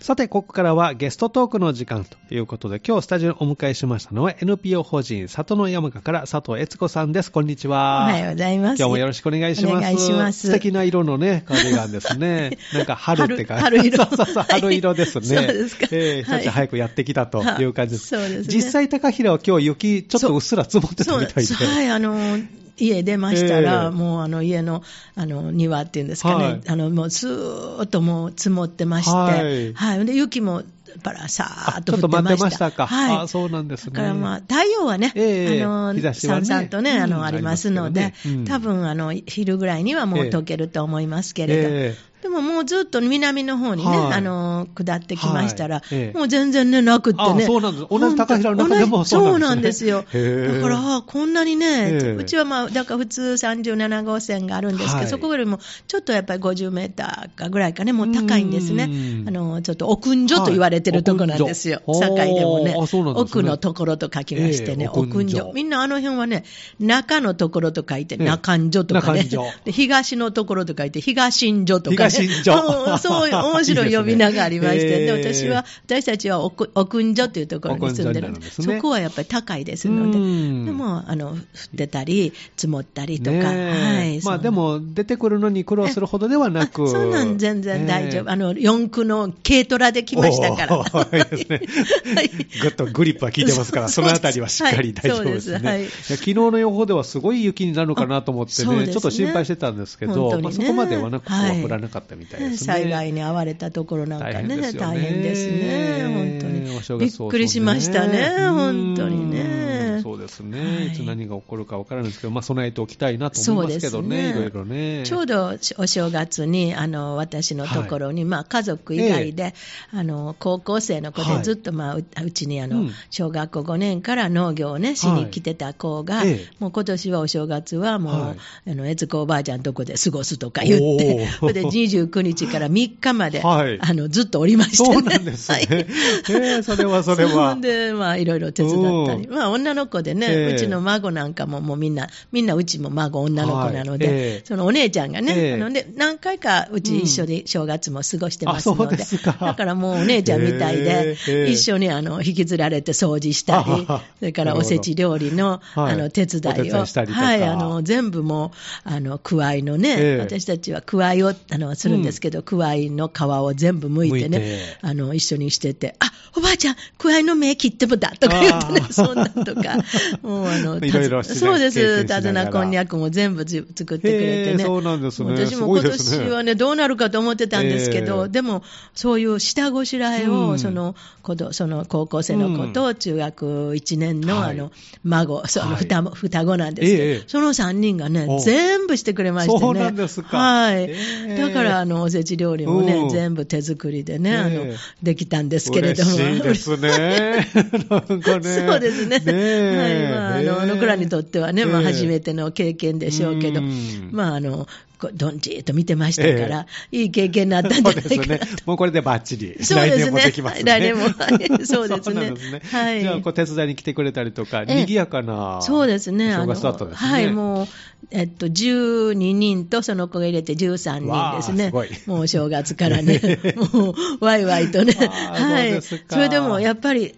さて、ここからはゲストトークの時間ということで、今日スタジオにお迎えしましたのは NPO 法人里の山家から佐藤悦子さんです。こんにちは。 おはようございます。 今日もよろしくお願いします。 お願いします。 素敵な色のね、カーディガンですね。なんか春って感じ。 春色。 そう、春色ですね。 そうですか。 ちょっと早くやってきたという感じです。 そうですね。 実際高平は今日雪ちょっとうっすら積もってたみたいで。 はい、家出ましたら、もう家の庭っていうんですかね、はい、もうずーっともう積もってまして、はい、で雪もパラさーっと降ってました。ちょっと待ってましたか。 はい。そうなんですね。 だからまあ、太陽はね、さんさんとね、ありますので、多分昼ぐらいにはもう溶けると思いますけれど。でももうずっと南の方にね、下ってきましたら、もう全然ね、なくってね。 そうなんです。同じ高平の中でもそうなんですよ。だから、こんなにね、うちはまあ、だから普通37号線があるんですけど、そこよりもちょっとやっぱり50メーターかぐらいかね、もう高いんですね。ちょっと奥んじょと言われてるとこなんですよ。堺でもね。奥のところと書きましてね、奥んじょ。みんな辺はね、中のところと書いて、中んじょとかね。東のところと書いて、東んじょとかね。そういう面白い呼び名がありまして、で私たちは奥んじょというところに住んでるんです。そこはやっぱり高いですので、でも降ってたり積もったりとか、はい。 まあでも出てくるのに苦労するほどではなく、 そんなん全然大丈夫。四駆の軽トラで来ましたから。 ぐっとグリップは効いてますから、そのあたりはしっかり大丈夫ですね。昨日の予報ではすごい雪になるのかなと思ってね、ちょっと心配してたんですけど、そこまではここは降らなかったみたいですね。 災害に遭われたところなんかね、大変ですね。本当に。びっくりしましたね、本当にね。 そうですね。いつ何が起こるか分からないんですけど、備えておきたいなと思いますけどね、いろいろね。 ちょうどお正月に、私のところに、家族以外で、高校生の子でずっと、うちに小学校5年から農業をね、しに来てた子が、もう今年はお正月はもう、悦子おばあちゃんのとこで過ごすとか言って、で29日から3日まで、ずっとおりましてね。 そうなんですね。それは。 で、いろいろ手伝ったり。女の子でね、うちの孫なんかももうみんなうちも孫女の子なので、そのお姉ちゃんがね、何回かうち一緒に正月も過ごしてますので、だからもうお姉ちゃんみたいで、一緒に引きずられて掃除したり、それからおせち料理の手伝いを、全部もう、くわいのね、私たちはくわいをするんですけど、くわいの皮を全部剥いてね、一緒にしてて、おばあちゃん、くわいの芽切ってもだとか言ってね、そんなんとか、もういろいろそうです、手綱こんにゃくも全部作ってくれてね。 そうなんですね。 私も今年はね、どうなるかと思ってたんですけど、でも、そういう下ごしらえを、その高校生の子と中学1年の孫、双子なんですけど、その3人がね、全部してくれましてね。 そうなんですか。 はい。だから、おせち料理もね、全部手作りでね、できたんですけれども。 嬉しいですね。なんかね。 そうですね。はい。あの子らにとってはね、初めての経験でしょうけど、どんじーっと見てましたから、いい経験になったんじゃないかなと。そうですね。 もうこれでバッチリ。 来年もできますね。 来年も。そうですね。 はい。じゃあ、手伝いに来てくれたりとか、賑やかな。 そうですね。 正月だったんですね。 はい、もう、12人とその子が入れて13人ですね。 すごい。 もうお正月からね、もう、ワイワイとね。はい。それでも、やっぱり、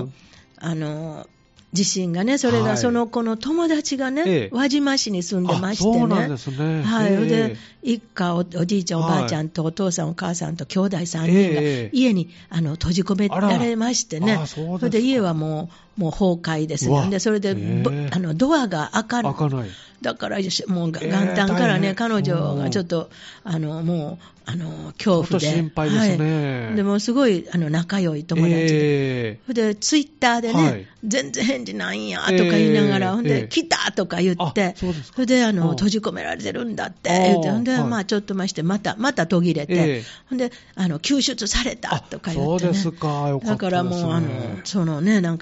地震がね、それがその子の友達がね、輪島市に住んでましてね。 そうなんですね。 はい。で、一家おじいちゃんおばあちゃんとお父さんお母さんと兄弟3人が家に閉じ込められましてね。それで家はもう崩壊ですね。で、それでドアが開かない。だから、もう元旦からね、彼女がちょっと、もう、恐怖で。 心配ですね。 はい。でも、すごい、仲良い友達で。で、ツイッターでね、全然返事ないんや、とか言いながら、で、来たとか言って、それで、閉じ込められてるんだって言って、で、ちょっとまして、また途切れて、で、救出されたとか言ってね。 そうですか、よかったですね。 だからもう、そのね、なんか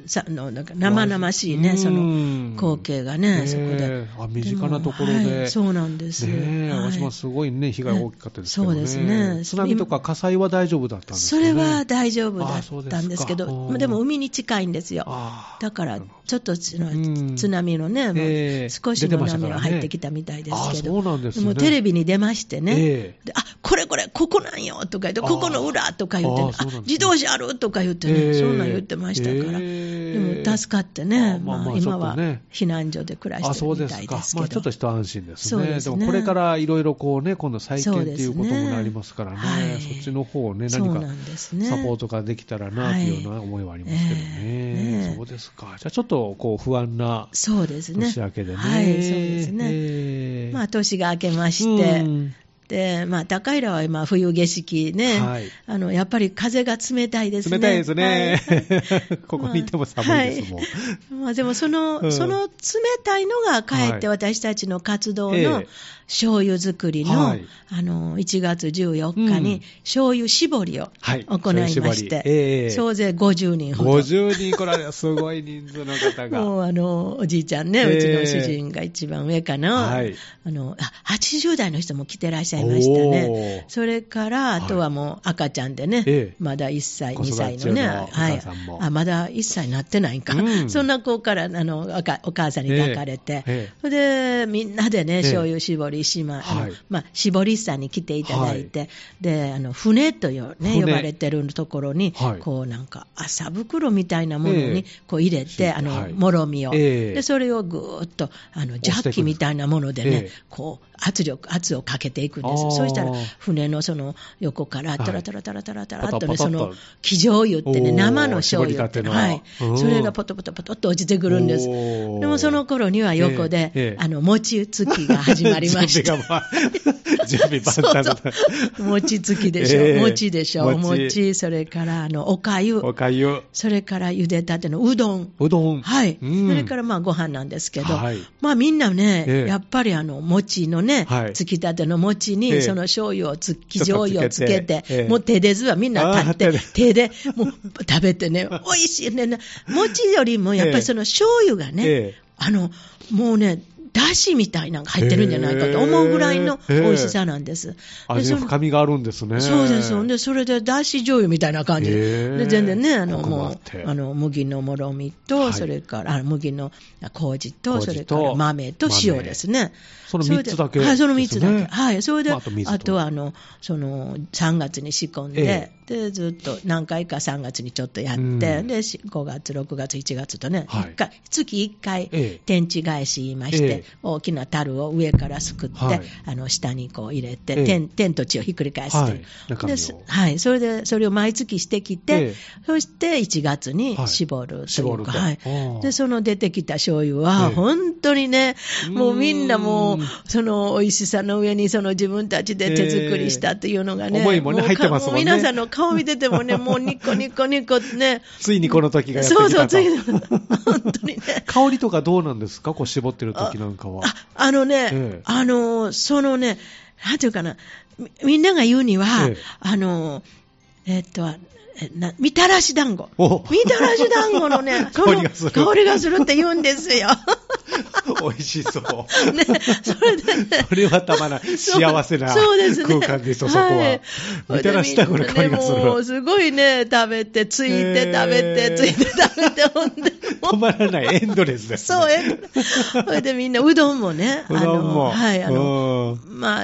なんか生々しいね、その光景がね、そこで。 身近なところで。 そうなんです。 私もすごいね、被害大きかったですけどね。 そうですね。 津波とか火災は大丈夫だったんですかね。 それは大丈夫だったんですけど、でも海に近いんですよ。だから、ちょっと津波のね、もう少しの波は入ってきたみたいですけど、 そうなんですね。 もうテレビに出ましてね、これ、ここなんよとか言って、ここの裏とか言って、自動車あるとか言ってね、そんなん言ってましたから、でも助かってね、今は避難所で暮らしてるみたいですけど。 ちょっと一安心ですね。でもこれからいろいろこうね、今度再建っていうこともありますからね、そっちの方をね、何かサポートができたらなというような思いはありますけどね。そうですか。じゃあちょっとこう不安な年明けでね。 はい、そうですね。年が明けまして、で、高平は今、冬景色ね、やっぱり風が冷たいですね。 冷たいですね。ここにいても寒いですもん。 でもその冷たいのがかえって私たちの活動の醤油作りの、1月14日に醤油搾りを行いまして、総勢50人ほど。 50人来られる、すごい人数の方が。 もうおじいちゃんね、うちの主人が一番上かな。80代の人も来てらっしゃいましたね。それから、あとはもう赤ちゃんでね、まだ1歳、2歳のね、まだ1歳になってないんか。そんな子からお母さんに抱かれて、それでみんなでね、醤油搾り搾り師さんに来ていただいて、で、船というね、呼ばれてるところに、こうなんか麻袋みたいなものにこう入れて、もろみを。で、それをぐーっと、ジャッキみたいなものでね、こう、圧をかけていくんです。そうしたら、船のその横から、タラタラタラタラタラっとね、その、生醤油ってね、生の醤油って、それがポトポトポトっと落ちてくるんです。でもその頃には横で、餅つきが始まりました。 準備万端だ。 餅つきでしょ、餅でしょ、餅、それからおかゆ、それから茹でたてのうどん。はい。それからご飯なんですけど、みんなね、やっぱり餅のね、つきたての餅にその醤油を醤油をつけて、もう手でずはみんな立って、手でもう食べてね、美味しいね。餅よりもやっぱりその醤油がね、もうね、だしみたいなのが入ってるんじゃないかと思うぐらいの美味しさなんです。 味の深みがあるんですね。 そうです。で、それでだし醤油みたいな感じで。全然ね、もう、麦のもろみと、それから、麦の麹と、それから豆と塩ですね。 その3つだけ。 はい、その3つだけ。はい。それで、あとは3月に仕込んで、で、ずっと何回か3月にちょっとやって、で、5月、6月、1月とね、月1回、天地返し言いまして、大きな樽を上からすくって、下にこう入れて、天と地をひっくり返すという。はい。それで、それを毎月してきて、そして1月に絞るというか、はい。で、その出てきた醤油は、本当にね、もうみんなもう、その美味しさの上に、その自分たちで手作りしたというのがね、 思いもね、入ってますもんね。 皆さんの顔見ててもね、もうニコニコニコってね。 ついにこの時がやってきたと。そう、 ついに。本当にね。 香りとかどうなんですか、こう絞ってる時なんかは。 そのね、なんていうかな、みんなが言うには、みたらし団子。みたらし団子のね、香りがするって言うんですよ。 美味しそう。 ね、それでね。 それはたまらない。幸せな空間ですよ、そこは。みたらし団子の香りがする。 もうすごいね、食べて、ついて食べて、ついて食べて、ほんで。 止まらない、エンドレスです、ね。 そう、それでみんな、うどんもね、はい、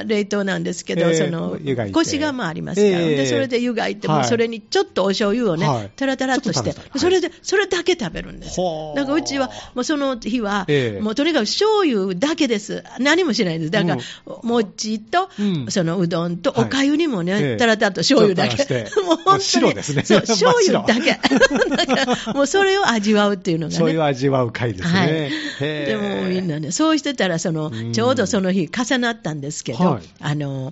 冷凍なんですけど、こしがありますから、で、それで湯がいて、それにちょっとお醤油をね、タラタラっとして、それだけ食べるんです。なんかうちは、もうその日は、もうとにかく醤油だけです。何もしないんです。だから、餅と、そのうどんと、おかゆにもね、タラタラと醤油だけ。 もう本当に。白ですね。 そう、醤油だけ。だから、もうそれを味わうっていうのがね。 そういう味わう会ですね。 でもみんなね、そうしてたら、ちょうどその日重なったんですけど、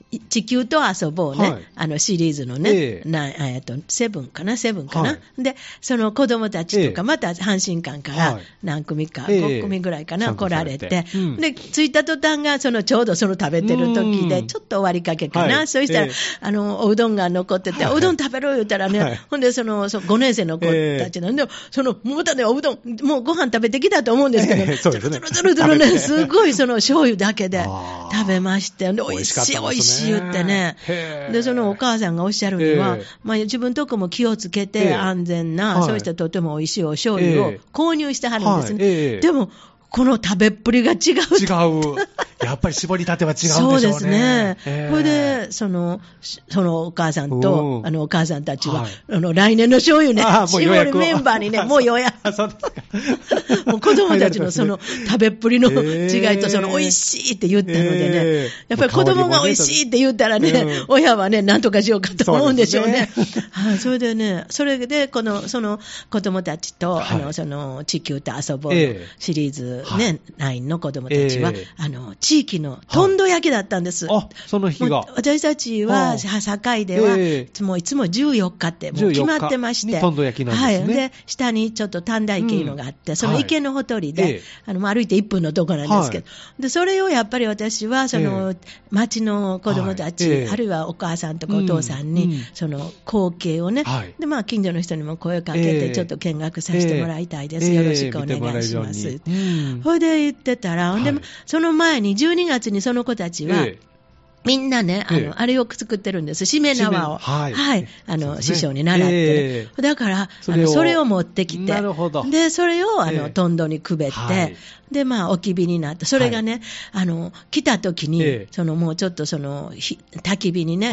地球と遊ぼうね、シリーズのね、セブンかな、で、その子供たちとか、また阪神館から何組か、5組ぐらいかな、来られて、で、着いた途端が、ちょうどその食べてる時で、ちょっと終わりかけかな、そうしたら、おうどんが残ってて、おうどん食べろ言ったらね、ほんで、5年生の子たちなんで、またね、おうどん、もうご飯食べてきたと思うんですけど、ずるずるね、すごい醤油だけで食べまして、で、美味しい言ってね。で、そのお母さんがおっしゃるには、自分とこも気をつけて安全な、そうしたとても美味しいお醤油を購入してはるんですね。でも、この食べっぷりが違う。 やっぱり絞りたては違うんでしょうね。 そうですね。それで、そのお母さんと、お母さんたちは、来年の醤油ね、絞るメンバーにね、もう予約。そうですか。もう子供たちの食べっぷりの違いと、美味しいって言ったのでね、やっぱり子供が美味しいって言ったらね、親はね、なんとかしようかと思うんでしょうね。それでね、それで、その子供たちと、地球と遊ぼうのシリーズ、ね、9の子供たちは、地域のトンド焼きだったんです。 その日が。 私たちは、堺では、もういつも14日って、もう決まってまして。 トンド焼きなんですね。 で、下にちょっと短大池いうのがあって、その池のほとりで、歩いて1分のとこなんですけど、で、それをやっぱり私は、町の子供たち、あるいはお母さんとかお父さんに、その光景をね、で、近所の人にも声をかけて、ちょっと見学させてもらいたいです。よろしくお願いします。それで言ってたら、でその前に12月にその子たちは、みんなね、あれを作ってるんです。しめ縄を。師匠に習ってる。だから、それを持ってきて、で、それを、トンドにくべって、で、置き火になって、それがね、来た時に、もうちょっと焚き火にね、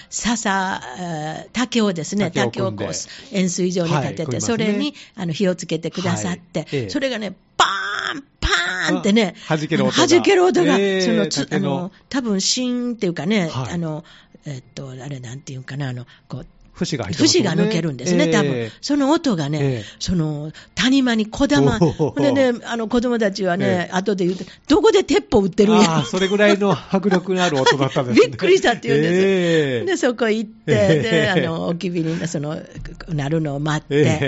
竹をですね、竹を円錐状に立てて、それに、火をつけてくださって、それがね、パーンパーンってね、弾ける音が、多分シーンっていうかね、あれなんていうかな、節が抜けるんですね、多分。その音がね、谷間に小玉。でね、子供たちはね、後で言うと、どこで鉄砲撃ってるんや。 それぐらいの迫力のある音だったんですね。 びっくりしたって言うんです。で、そこ行って、で、置き火になるのを待って、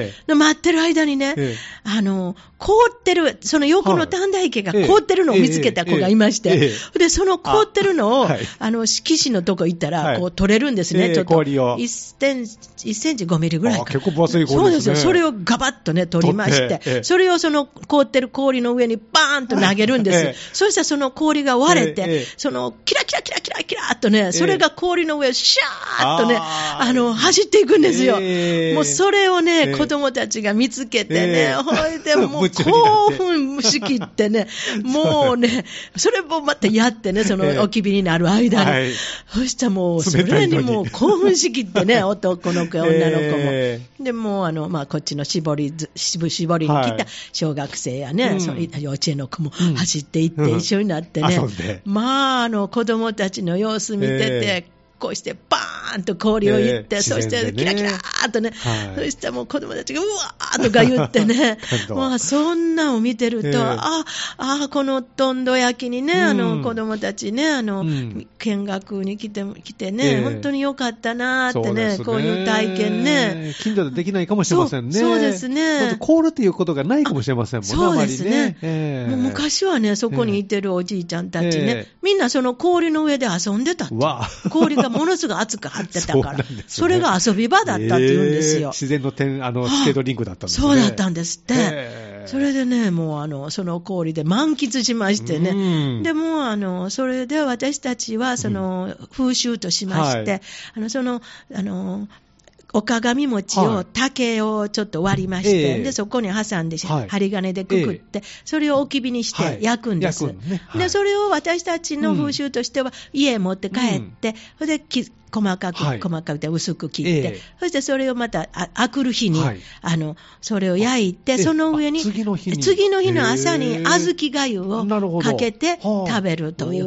待ってる間にね、凍ってる、その横の短大池が凍ってるのを見つけた子がいまして、で、その凍ってるのを、岸のとこ行ったら、取れるんですね、ちょっと。 氷を。 1センチ5ミリぐらいか。 結構分厚い氷ですね。 そうですよ。それをガバッとね、取りまして、それを凍ってる氷の上にバーンと投げるんです。そしたらその氷が割れて、キラキラキラキラキラっとね、それが氷の上をシャーっとね、走っていくんですよ。もうそれをね、子供たちが見つけてね、ほいでもう興奮しきってね、もうね、それもまたやってね、置き火になる間に。そしたらもう、それにもう興奮しきってね、男の子や女の子も。で、もうこっちの絞りに来た小学生やね、幼稚園の子も走っていって一緒になってね、子供たちの様子見てて、こうしてバーンと氷をいって、そしてキラキラーっとね、そしてもう子供たちがうわーとか言ってね、そんなを見てると、このトンド焼きにね、子供たちね、見学に来てね、本当に良かったなーってね、こういう体験ね。 近所でできないかもしれませんね。 そうですね。 凍るっていうことがないかもしれませんもんね、 そうですね。もう昔はね、そこにいてるおじいちゃんたちね、みんなその氷の上で遊んでたって。氷がものすごく熱く張ってたから、それが遊び場だったって言うんですよ。 自然のスケートリンクだったんですね。 そうだったんですって。それでね、もうその氷で満喫しましてね。でもそれで私たちは風習としまして、お鏡餅を、竹をちょっと割りまして、で、そこに挟んで、針金でくくって、それを置き火にして焼くんです。で、それを私たちの風習としては、家へ持って帰って、で、 細かくて薄く切って、そしてそれをまたあくる日に、それを焼いて、その上に次の日の朝に小豆がゆをかけて食べるという、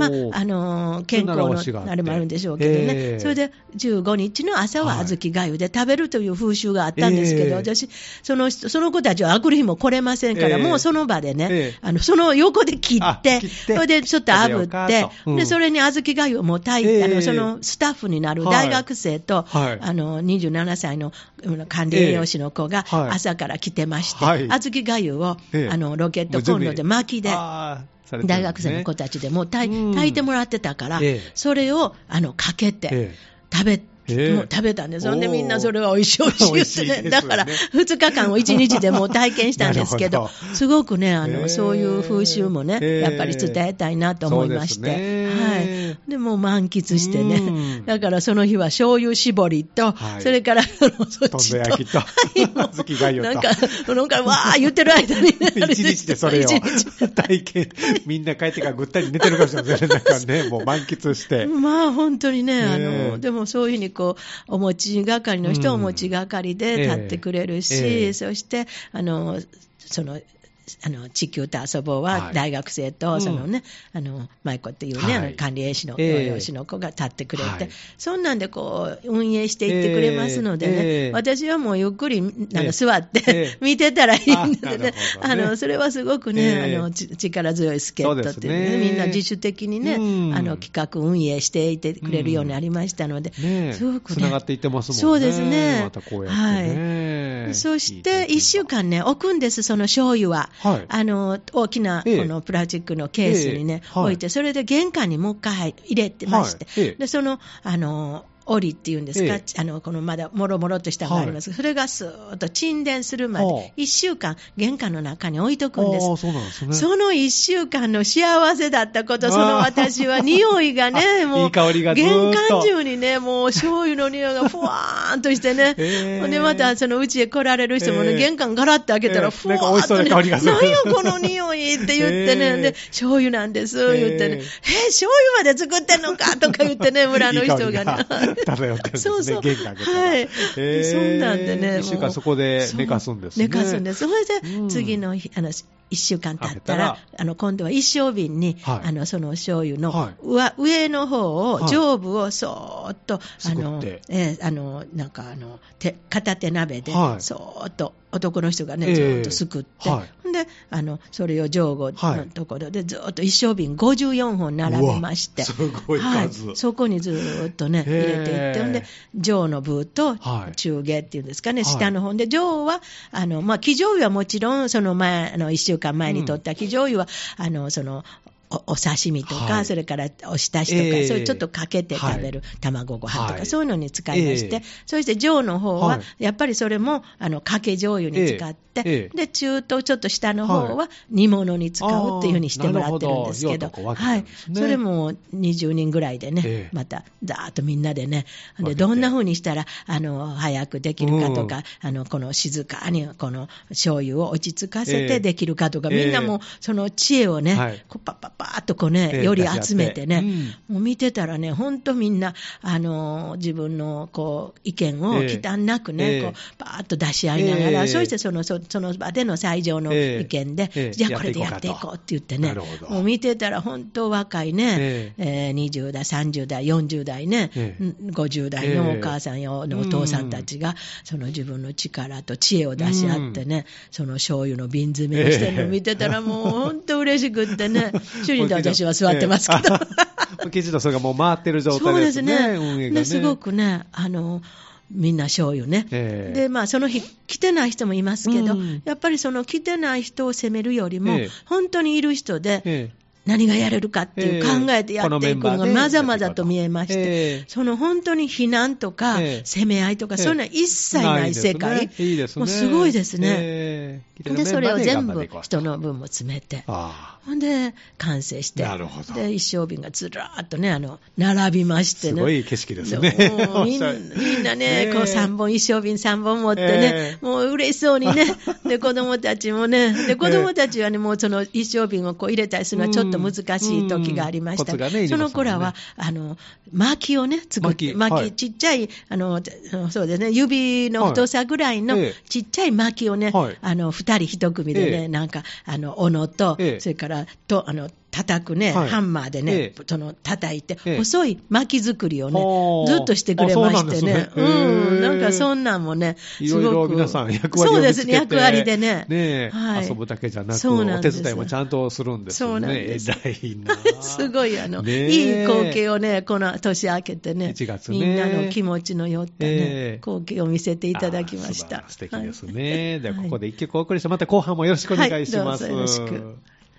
健康のあれもあるんでしょうけどね、それで15日の朝は小豆がゆで食べるという風習があったんですけど、私その子たちはあくる日も来れませんから、もうその場でね、その横で切って、それでちょっと炙って、でそれに小豆がゆをもう炊いて、そのスタッフになる大学生と、27歳の管理栄養士の子が朝から来てまして、小豆がゆをロケットコンロで巻きで、大学生の子たちでもう炊いてもらってたから、それをかけて食べて、もう食べたんです。そんでみんなそれは美味しい美味しいってね。だから2日間を1日でもう体験したんですけど、すごくね、そういう風習もね、やっぱり伝えたいなと思いまして。はい。でもう満喫してね。だからその日は醤油絞りと、それからそっちと。焼きと。なんか、わー言ってる間にね。 1日でそれを体験。みんな帰ってからぐったり寝てるかもしれません。なんかね、もう満喫して。 まあ本当にね、でもそういうふうにお持ち係の人はお持ち係で立ってくれるし、そしてその地球と遊ぼうは大学生と、そのね、舞子っていうね、管理栄養士の子が立ってくれて、そんなんで運営していってくれますのでね、私はもうゆっくり座って見てたらいいんでね、それはすごくね、力強い助っ人っていうね、みんな自主的にね、企画運営していてくれるようになりましたので、すごくね、 つながっていってますもんね。 そうですね。 またこうやってね。 そして1週間ね、置くんです、その醤油は。大きなこのプラスチックのケースにね、置いて、それで玄関にもう一回入れてまして、でその折っていうんですか、このまだもろもろとしたのがありますが、それがスーッと沈殿するまで1週間玄関の中に置いとくんです。 そうなんですね。 その1週間の幸せだったこと、その私は匂いがね、もういい香りがずっと玄関中にね、もう醤油の匂いがふわーんとしてね、でまたその家へ来られる人もね、玄関ガラッと開けたらふわーっとね、何よこの匂いって言ってね、で醤油なんです言ってね、醤油まで作ってんのかとか言ってね、村の人がね漂ってるんですね。 そうそう。 玄関開けたら。 はい。そんなんでね。 1週間そこで寝かすんですね。 寝かすんです。それで、次の日、1週間経ったら、今度は一升瓶に、その醤油の、上の方を、上部をそーっと、なんか片手鍋で、そーっと、男の人がね、ずーっとすくって、で、それを上後のところで、ずーっと一升瓶54本並べまして、 すごい数。 そこにずーっとね、入れていって、で、上の部と中下っていうんですかね、下の方で、上は、生醤油はもちろん、その前、1週間前に取った生醤油は、お刺身とか、それからお浸しとか、そういうちょっとかけて食べる卵ご飯とか、そういうのに使いまして、そして上の方は、やっぱりそれも、かけ醤油に使って、で、中とちょっと下の方は煮物に使うっていうふうにしてもらってるんですけど、それも20人ぐらいでね、また、ざーっとみんなでね、で、どんな風にしたら、早くできるかとか、この静かに、この醤油を落ち着かせてできるかとか、みんなもその知恵をね、パーッとね、より集めてね、もう見てたらね、ほんとみんな、自分の意見を忌憚なくね、パーッと出し合いながら、そしてその場での最上の意見で、じゃあこれでやっていこうって言ってね、もう見てたら本当若いね、20代、30代、40代ね、50代のお母さんやお父さんたちが、その自分の力と知恵を出し合ってね、その醤油の瓶詰めをしてるのを見てたらもう本当嬉しくってね、主人と私は座ってますけど。 きちんとそれがもう回ってる状態ですね。 そうですね。ですごくね、みんな醤油ね。で、その日来てない人もいますけど、やっぱりその来てない人を責めるよりも、本当にいる人で、何がやれるかっていう考えてやっていくのがまざまざと見えまして、その本当に非難とか攻め合いとかそういうのは一切ない世界、もうすごいですね。でそれを全部人の分も詰めて、ほんで完成して、で一升瓶がずらーっとね並びましてね、 すごい景色ですね。 もうみんなねこう3本一升瓶3本持ってね、もう嬉しそうにね、で子供たちもね、で子供たちはねもうその一升瓶をこう入れたりするのはちょっとと難しい時がありました。その頃は、薪をね、作って、薪、ちっちゃい、そうですね、指の太さぐらいのちっちゃい薪をね、2人一組でね、なんか、斧と、それから、叩くね、ハンマーでね、叩いて、細い薪作りをね、ずっとしてくれましてね。なんかそんなんもね、 いろいろ皆さん役割を見つけて。そうですね、 役割でね。 遊ぶだけじゃなく、お手伝いもちゃんとするんですよね。偉いな。すごい、いい光景をね、この年明けてね、 1月みんなの気持ちのよったね、光景を見せていただきました。 素敵ですね。では、ここで一曲お送りして、また後半もよろしくお願いします。 よろしく。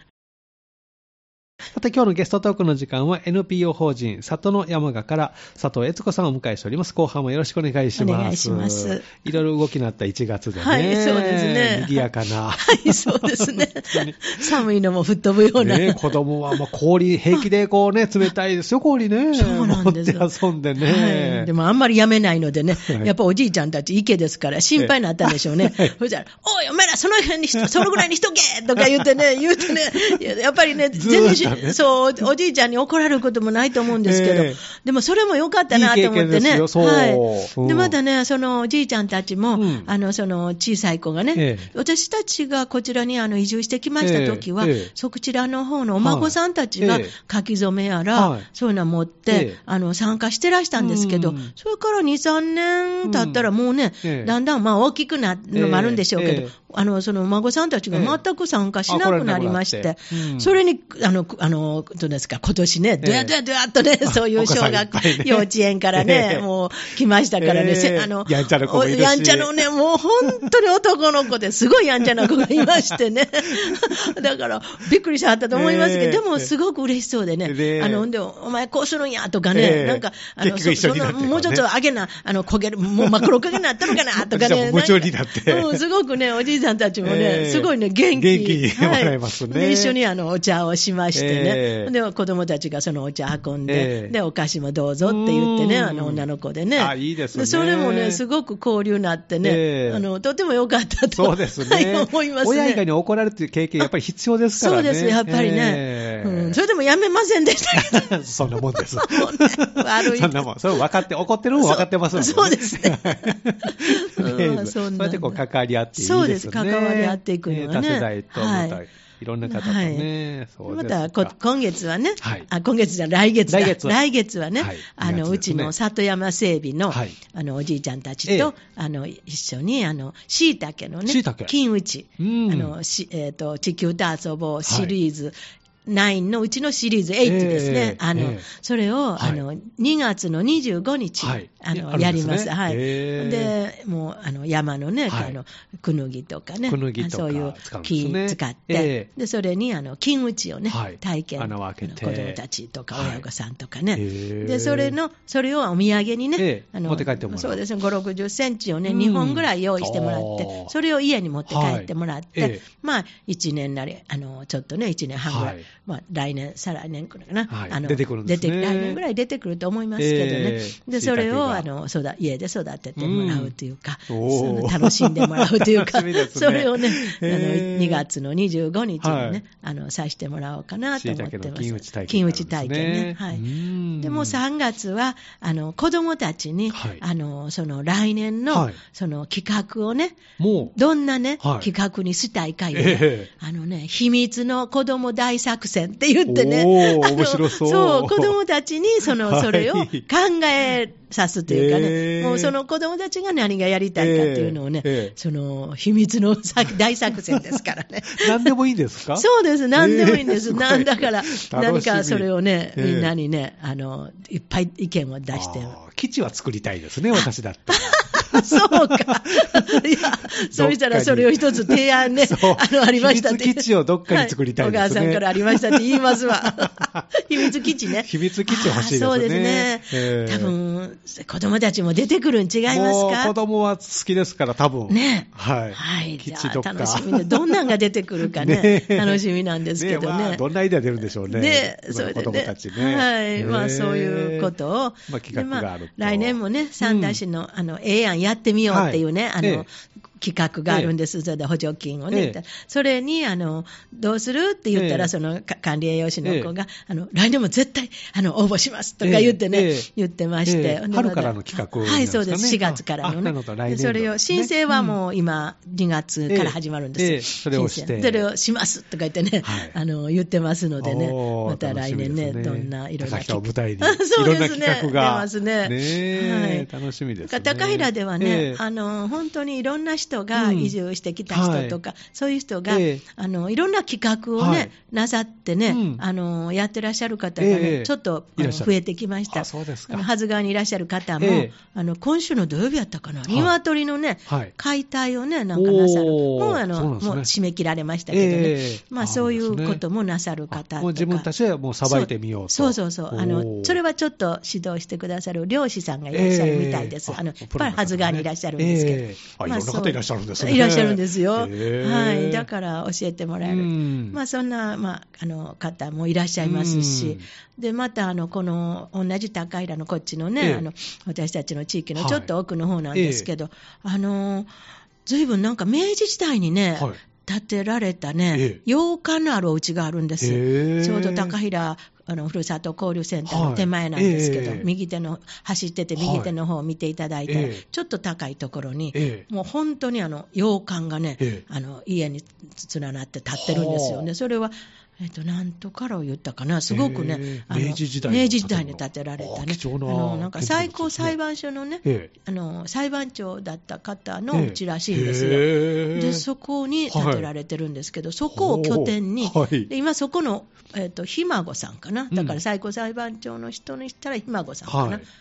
さて今日のゲストトークの時間は NPO 法人里の山賀から佐藤悦子さんをお迎えしております。後半もよろしくお願いします。 お願いします。 いろいろ動きのあった1月でね。 はい、そうですね。 賑やかな。 はい、そうですね。寒いのも吹っ飛ぶような。 ね、子供は氷、平気でこうね、冷たいですよ、氷ね。 そうなんですよ。 持って遊んでね。 はい。でもあんまりやめないのでね、やっぱおじいちゃんたち池ですから心配になったんでしょうね。そしたら、おい、お前らその辺にそのぐらいにしとけとか言ってね、やっぱりね、全然そう、おじいちゃんに怒られることもないと思うんですけど、でもそれも良かったなと思ってね。はい。で、またね、そのおじいちゃんたちも、その小さい子がね、私たちがこちらに移住してきましたときは、そちらの方のお孫さんたちが書き初めやら、そういうのを持って、参加してらしたんですけど、それから2、3年経ったらもうね、だんだん大きくなるのもあるんでしょうけど、そのお孫さんたちが全く参加しなくなりまして、それに、どうですか、今年ね、ドヤドヤドヤっとね、そういう小学、幼稚園からね、もう来ましたからね、 やんちゃな子もいるし。 やんちゃのね、もう本当に男の子ですごいやんちゃな子がいましてね。だから、びっくりしはったと思いますけど、でもすごく嬉しそうでね、で、お前こうするんやとかね、なんか、もうちょっと上げな、焦げる、もう真っ黒焦げになったのかなとかね。 夢中になって。 すごくね、おじいさんたちもね、すごいね、元気にもらいますね。 で、一緒にお茶をしましてね。で、子供たちがそのお茶運んで、で、お菓子もどうぞって言ってね、女の子でね。 いいですね。 それもね、すごく交流になってね、とても良かったと。 そうですね。 思いますね。 親以外に怒られるという経験、やっぱり必要ですからね。 そうですね、やっぱりね。それでもやめませんでしたけど。 そんなもんです。 悪い。 そんなもん。それ分かって、怒ってるのも分かってますもんね。 そうですね。 そうやってこう関わり合っていいですね。 そうです、関わり合っていくのはね。 多世代とまたいろんな方とね。 また今月はね、今月じゃ来月だ。来月はね、うちの里山整備のおじいちゃんたちと一緒に椎茸のね、金打ち、地球と遊ぼうシリーズ。9のうちのシリーズ8ですね。それを、2月の25日、やります。はい。で、もう、山のね、クヌギとかね、そういう木使って、で、それに、金打ちをね、体験、子供たちとか親御さんとかね。で、それをお土産にね、 持って帰ってもらう。 そうですね、5、60センチをね、2本ぐらい用意してもらって、それを家に持って帰ってもらって、まあ、1年なり、ちょっとね、1年半ぐらい。まあ、来年、再来年くらいかな。 出てくるんですね。 来年ぐらい出てくると思いますけどね。で、それを、家で育ててもらうというか、楽しんでもらうというか、それをね、2月の25日にね、さしてもらおうかなと思ってます。金打ち体験ね。はい。でも3月は、子供たちに、その来年の、その企画をね、どんなね、企画にしたいかいうね、秘密の子供大作戦って言ってね、 面白そう。 そう、子供たちにそれを考えさすというかね、もうその子供たちが何がやりたいかっていうのをね、その秘密の大作戦ですからね。 何でもいいんですか？ そうです、何でもいいんです。だから、何かそれをね、みんなにね、いっぱい意見を出して。 基地は作りたいですね、私だって。 そうか。いや、そうしたらそれを一つ提案ね、ありましたって。 秘密基地をどっかに作りたいですね。 お母さんからありましたって言いますわ。秘密基地ね。 秘密基地欲しいですね。 そうですね。多分、子供たちも出てくるん違いますか？もう子供は好きですから、多分。 ね。 はい。 基地とか。楽しみで、どんなんが出てくるかね、楽しみなんですけどね。 どんなアイデア出るんでしょうね。 ね、 それで子供たちね。 はい。まあ、そういうことを。 企画がある。 来年もね、三田市の、やってみようっていうね、 企画があるんです、それで補助金をね、それにどうするって言ったら、その管理栄養士の子が、来年も絶対応募しますとか言ってね、言ってまして、 春からの企画、 はい、そうです、4月からのね、それを申請はもう今、2月から始まるんです、 それをして、 それをしますとか言ってね、言ってますのでね、また来年ね、どんないろんな企画を舞台に、いろんな企画が出ますね、 楽しみですね。 高平ではね、本当にいろんな人が移住してきた人とか、そういう人が、いろんな企画をね、なさってね、やってらっしゃる方がね、ちょっと増えてきました。はず川にいらっしゃる方も、今週の土曜日やったかな、鶏のね、解体をね、なんかなさる。もう締め切られましたけどね。まあそういうこともなさる方とか。 もう自分たちでもうさばいてみようと。 そう。それはちょっと指導してくださる漁師さんがいらっしゃるみたいです。やっぱりはず川にいらっしゃるんですけど。 いろんな方いらっしゃるんですね。 いらっしゃるんですよ。はい。だから教えてもらえる。まあそんな、方もいらっしゃいますし。で、またこの同じ高平のこっちのね、私たちの地域のちょっと奥の方なんですけど、ずいぶんなんか明治時代にね、建てられたね、洋館のあるお家があるんです。ちょうど高平ふるさと交流センターの手前なんですけど、右手の走ってて右手の方を見ていただいたら、ちょっと高いところに、もう本当に洋館がね、家に連なって建ってるんですよね。それはなんとからを言ったかな、すごくね、 明治時代に建てられたね、なんか最高裁判所のね、裁判長だった方のうちらしいんですよ。で、そこに建てられてるんですけど、そこを拠点に、で今そこの、ひ孫さんかな、だから最高裁判長の人にしたらひ孫さんかな、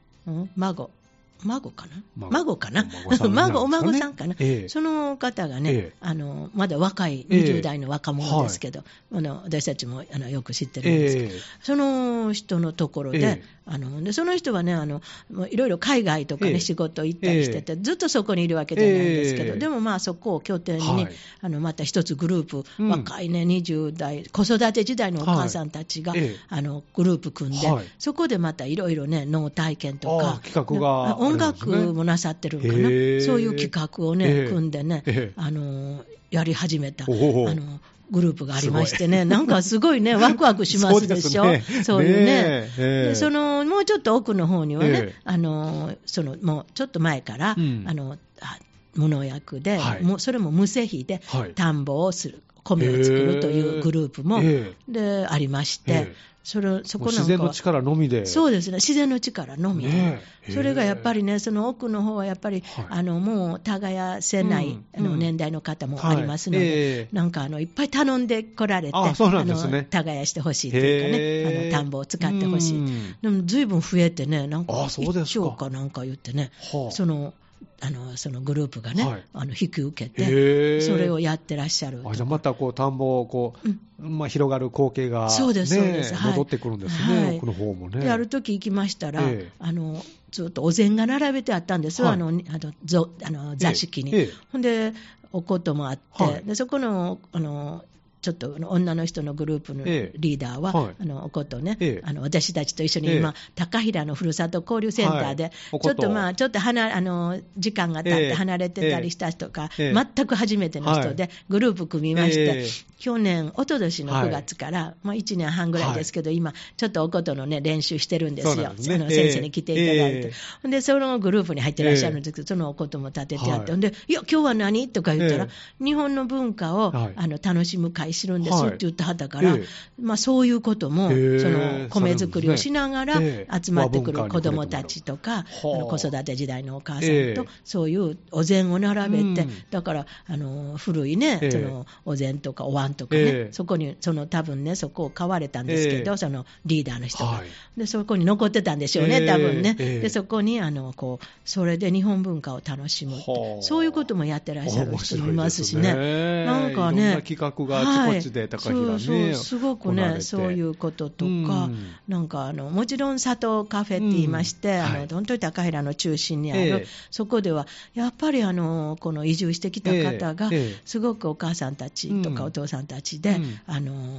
孫かなお孫さんかな、その方がね、まだ若い20代の若者ですけど、私たちもよく知ってるんですけど、その人のところで、でその人はね、いろいろ海外とかね、仕事行ったりしてて、ずっとそこにいるわけじゃないんですけど、でもまあそこを拠点に、また一つグループ、若いね、20代、子育て時代のお母さんたちが、グループ組んで、そこでまたいろいろね、農体験とか、 企画が音楽もなさってるんかな、そういう企画をね、組んでね、やり始めた。グループがありましてね、なんかすごいね、ワクワクしますでしょ、そういうね。でもうちょっと奥の方にはね、もうちょっと前から、無農薬で、それも無施肥で、田んぼをする、米を作るというグループも、でありまして、そこなんか自然の力のみで。 そうですね、自然の力のみで。それがやっぱりね、その奥の方はやっぱり、もう耕せない年代の方もありますので、なんかいっぱい頼んで来られて、耕してほしいというかね、田んぼを使ってほしい。でも随分増えてね、なんか1兆かなんか言ってね、そのグループがね、引き受けて、それをやってらっしゃる。 じゃあまた田んぼを広がる光景が、 そうです、 戻ってくるんですね、奥の方もね。 で、ある時行きましたら、ずっとお膳が並べてあったんですよ、座敷に。ほんで、おこともあって、でそこのちょっと女の人のグループのリーダーは、おことね、私たちと一緒に今、高平のふるさと交流センターで、ちょっと時間が経って離れてたりした人が、全く初めての人で、グループ組みまして、去年、一昨年の9月から、1年半ぐらいですけど、今、ちょっとおことのね、練習してるんですよ。先生に来ていただいて。で、そのグループに入ってらっしゃるんですけど、そのおことも立ててあって、で、いや、今日は何とか言ったら、日本の文化を楽しむ会するんですって言ってはったから、そういうことも、米作りをしながら集まってくる子どもたちとか、子育て時代のお母さんと、そういうお膳を並べて、だから古いね、お膳とかお椀とかね、そこに多分ね、そこを買われたんですけど、そのリーダーの人が、でそこに残ってたんでしょうね、多分ね。でそこにそれで日本文化を楽しむって、そういうこともやってらっしゃる人もいますしね。なんかね、 いろんな企画があちこちで高平ね、 すごくね、そういうこととか、なんかもちろん里カフェって言いまして、本当に高平の中心にある、そこではやっぱりこの移住してきた方が、すごくお母さんたちとかお父さんたちで、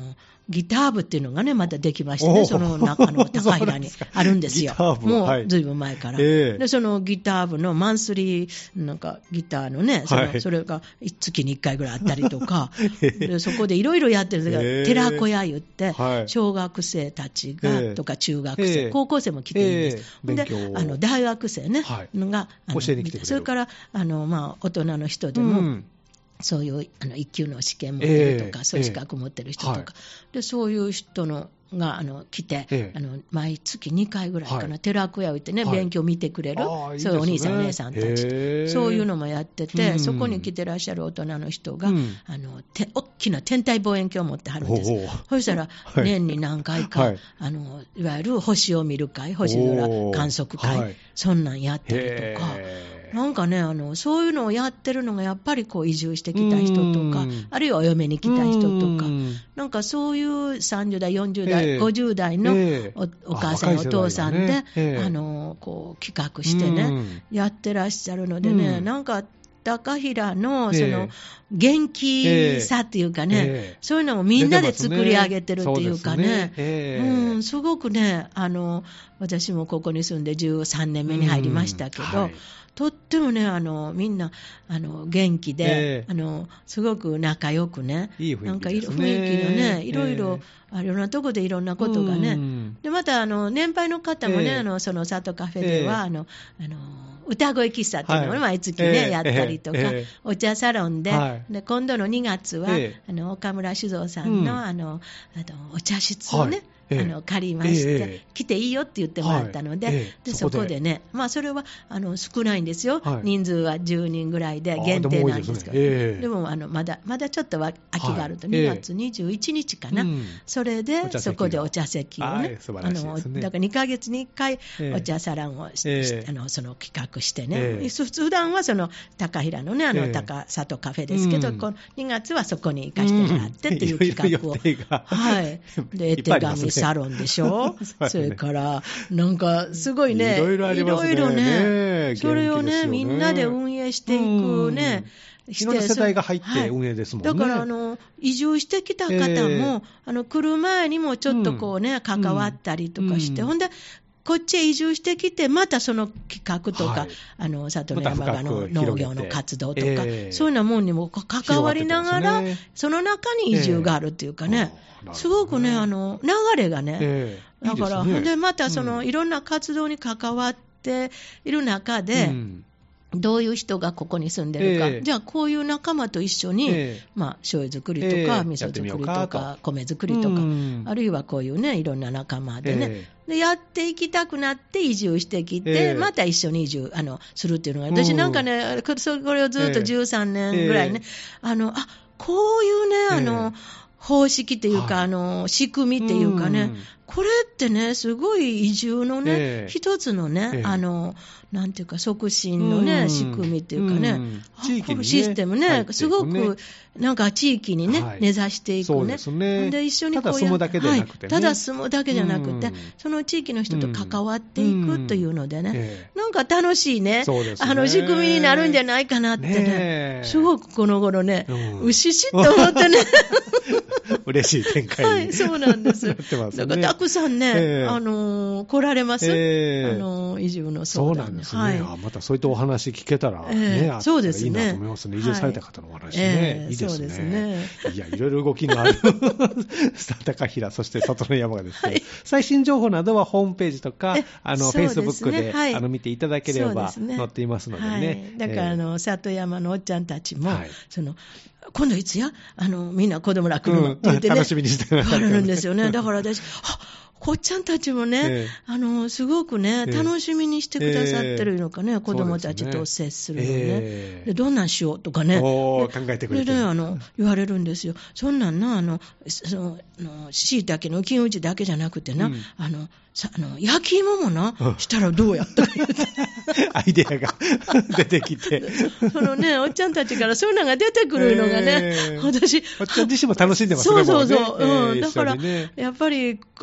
ギター部っていうのがね、またできましてね、その中の高平にあるんですよ。もうずいぶん前から。で、そのギター部のマンスリー、なんかギターのね、それが月に1回ぐらいあったりとか、でそこでいろいろやってるんですが、寺子屋言って、小学生たちが、とか中学生、高校生も来ていいんです。で、大学生ね、が、 教えに来てくれる。 それから、大人の人でも、そういう一級の試験持ってるとか、そういう資格持ってる人とか、でそういう人のが来て、毎月2回ぐらいかな、寺子屋行ってね、勉強見てくれる、そういうお兄さん、お姉さんたち、そういうのもやってて、そこに来てらっしゃる大人の人が、大きな天体望遠鏡を持ってはるんです。そしたら、年に何回か、いわゆる星を見る会、星空観測会、そんなんやったりとか。なんかね、そういうのをやってるのがやっぱりこう移住してきた人とか、あるいはお嫁に来た人とか、なんかそういう30代、40代、50代の お母さん、お父さんで、こう企画してね、やってらっしゃるのでね、なんか高平のその元気さっていうかね、そういうのもみんなで作り上げてるっていうかね、すごくね、私もここに住んで13年目に入りましたけど、とってもね、みんな元気で、すごく仲良くね、 いい雰囲気ですね。 なんか雰囲気のね、いろいろ、いろんなとこでいろんなことがね、でまた年配の方もね、その里カフェでは、歌声喫茶っていうのを毎月ね、やったりとか、お茶サロンで、で今度の2月は、岡村酒造さんの、お茶室をね、借りまして、来ていいよって言ってもらったので、そこでね、それは少ないんですよ、人数は10人ぐらいで限定なんですけど、でもまだちょっと空きがあると、2月21日かな、それでそこでお茶席をね、だから2ヶ月に1回お茶サロンをその企画してね、普段はその高平のね、高里カフェですけど、この2月はそこに行かせてもらってっていう企画を、で絵手紙サロンでしょそれからなんかすごいね、いろいろね、それをねみんなで運営していくね、 いろんな世代が入って運営ですもんね。 だから移住してきた方も、来る前にもちょっとこうね、関わったりとかして、ほんでこっちへ移住してきて、またその企画とか、里の山鹿の農業の活動とか、そういうようなもんにも関わりながら、その中に移住があるっていうかね、すごくね、流れがね、だから、でまたそのいろんな活動に関わっている中で、どういう人がここに住んでるか、じゃあこういう仲間と一緒に、醤油作りとか、味噌作りとか、米作りとか、あるいはこういうね、いろんな仲間でね、でやっていきたくなって移住してきて、また一緒に移住するっていうのが、私なんかね、これをずっと13年ぐらいね、こういうね、方式っていうか、仕組みっていうかね、これってね、すごい移住のね、一つのね、なんていうか、促進のね、仕組みっていうかね、このシステムね、すごく、なんか地域にね、根ざしていくね。で、一緒にこうただ住むだけでなくてね。 ただ住むだけじゃなくて、その地域の人と関わっていくというのでね、なんか楽しいね、仕組みになるんじゃないかなってね、すごくこの頃ね、うししと思ってね。 嬉しい展開に。 そうなんです。だからたくさんね、来られます。移住の相談。 そうなんですね。またそういったお話聞けたらね、あったらいいなと思いますね。移住された方のお話ね。いいですね。いや、いろいろ動きのある高平、そして里の山がですね、最新情報などはホームページとか、Facebook で見ていただければ載っていますのでね。 だから里山のおっちゃんたちも、今度いつやみんな子供ら来るのって言ってね、 楽しみにして言われるんですよね。だから私、こっちゃんたちもね、すごくね、楽しみにしてくださってるのかね、子供たちと接するのね。でどんなんしようとかね、 考えてくれてる。 言われるんですよ。そんなんな、椎茸の金打ちだけじゃなくてな、焼き芋もな、したらどうやとか言って。 アイデアが出てきて。 そのね、おっちゃんたちからそういうのが出てくるのがね、私。 おっちゃん自身も楽しんでますね。 そう。だから、やっぱり、子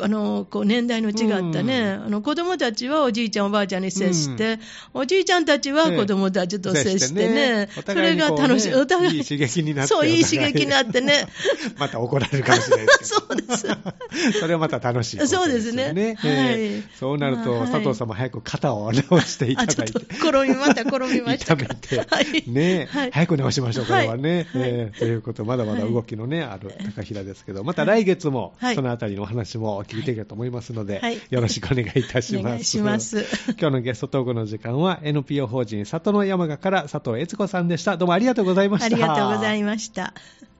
こう年代の違ったね、子供たちはおじいちゃんおばあちゃんに接して、おじいちゃんたちは子供たちと接してね、それが楽しい。お互いいい刺激になって、 そう、いい刺激になってね。 また怒られるかもしれないですけど。 そうです。 それはまた楽しいことですよね。 そうですね。はい。 そうなると、佐藤さんも早く肩を直していただいて。 また転びましたから。 痛めて、ね、早く直しましょう、これはね。ということ、まだまだ動きのね、ある高平ですけど、また来月もそのあたりのお話も聞いていけると思いますので、よろしくお願いいたします。 お願いします。 今日のゲストトークの時間は NPO 法人里の山賀から佐藤悦子さんでした。どうもありがとうございました。 ありがとうございました。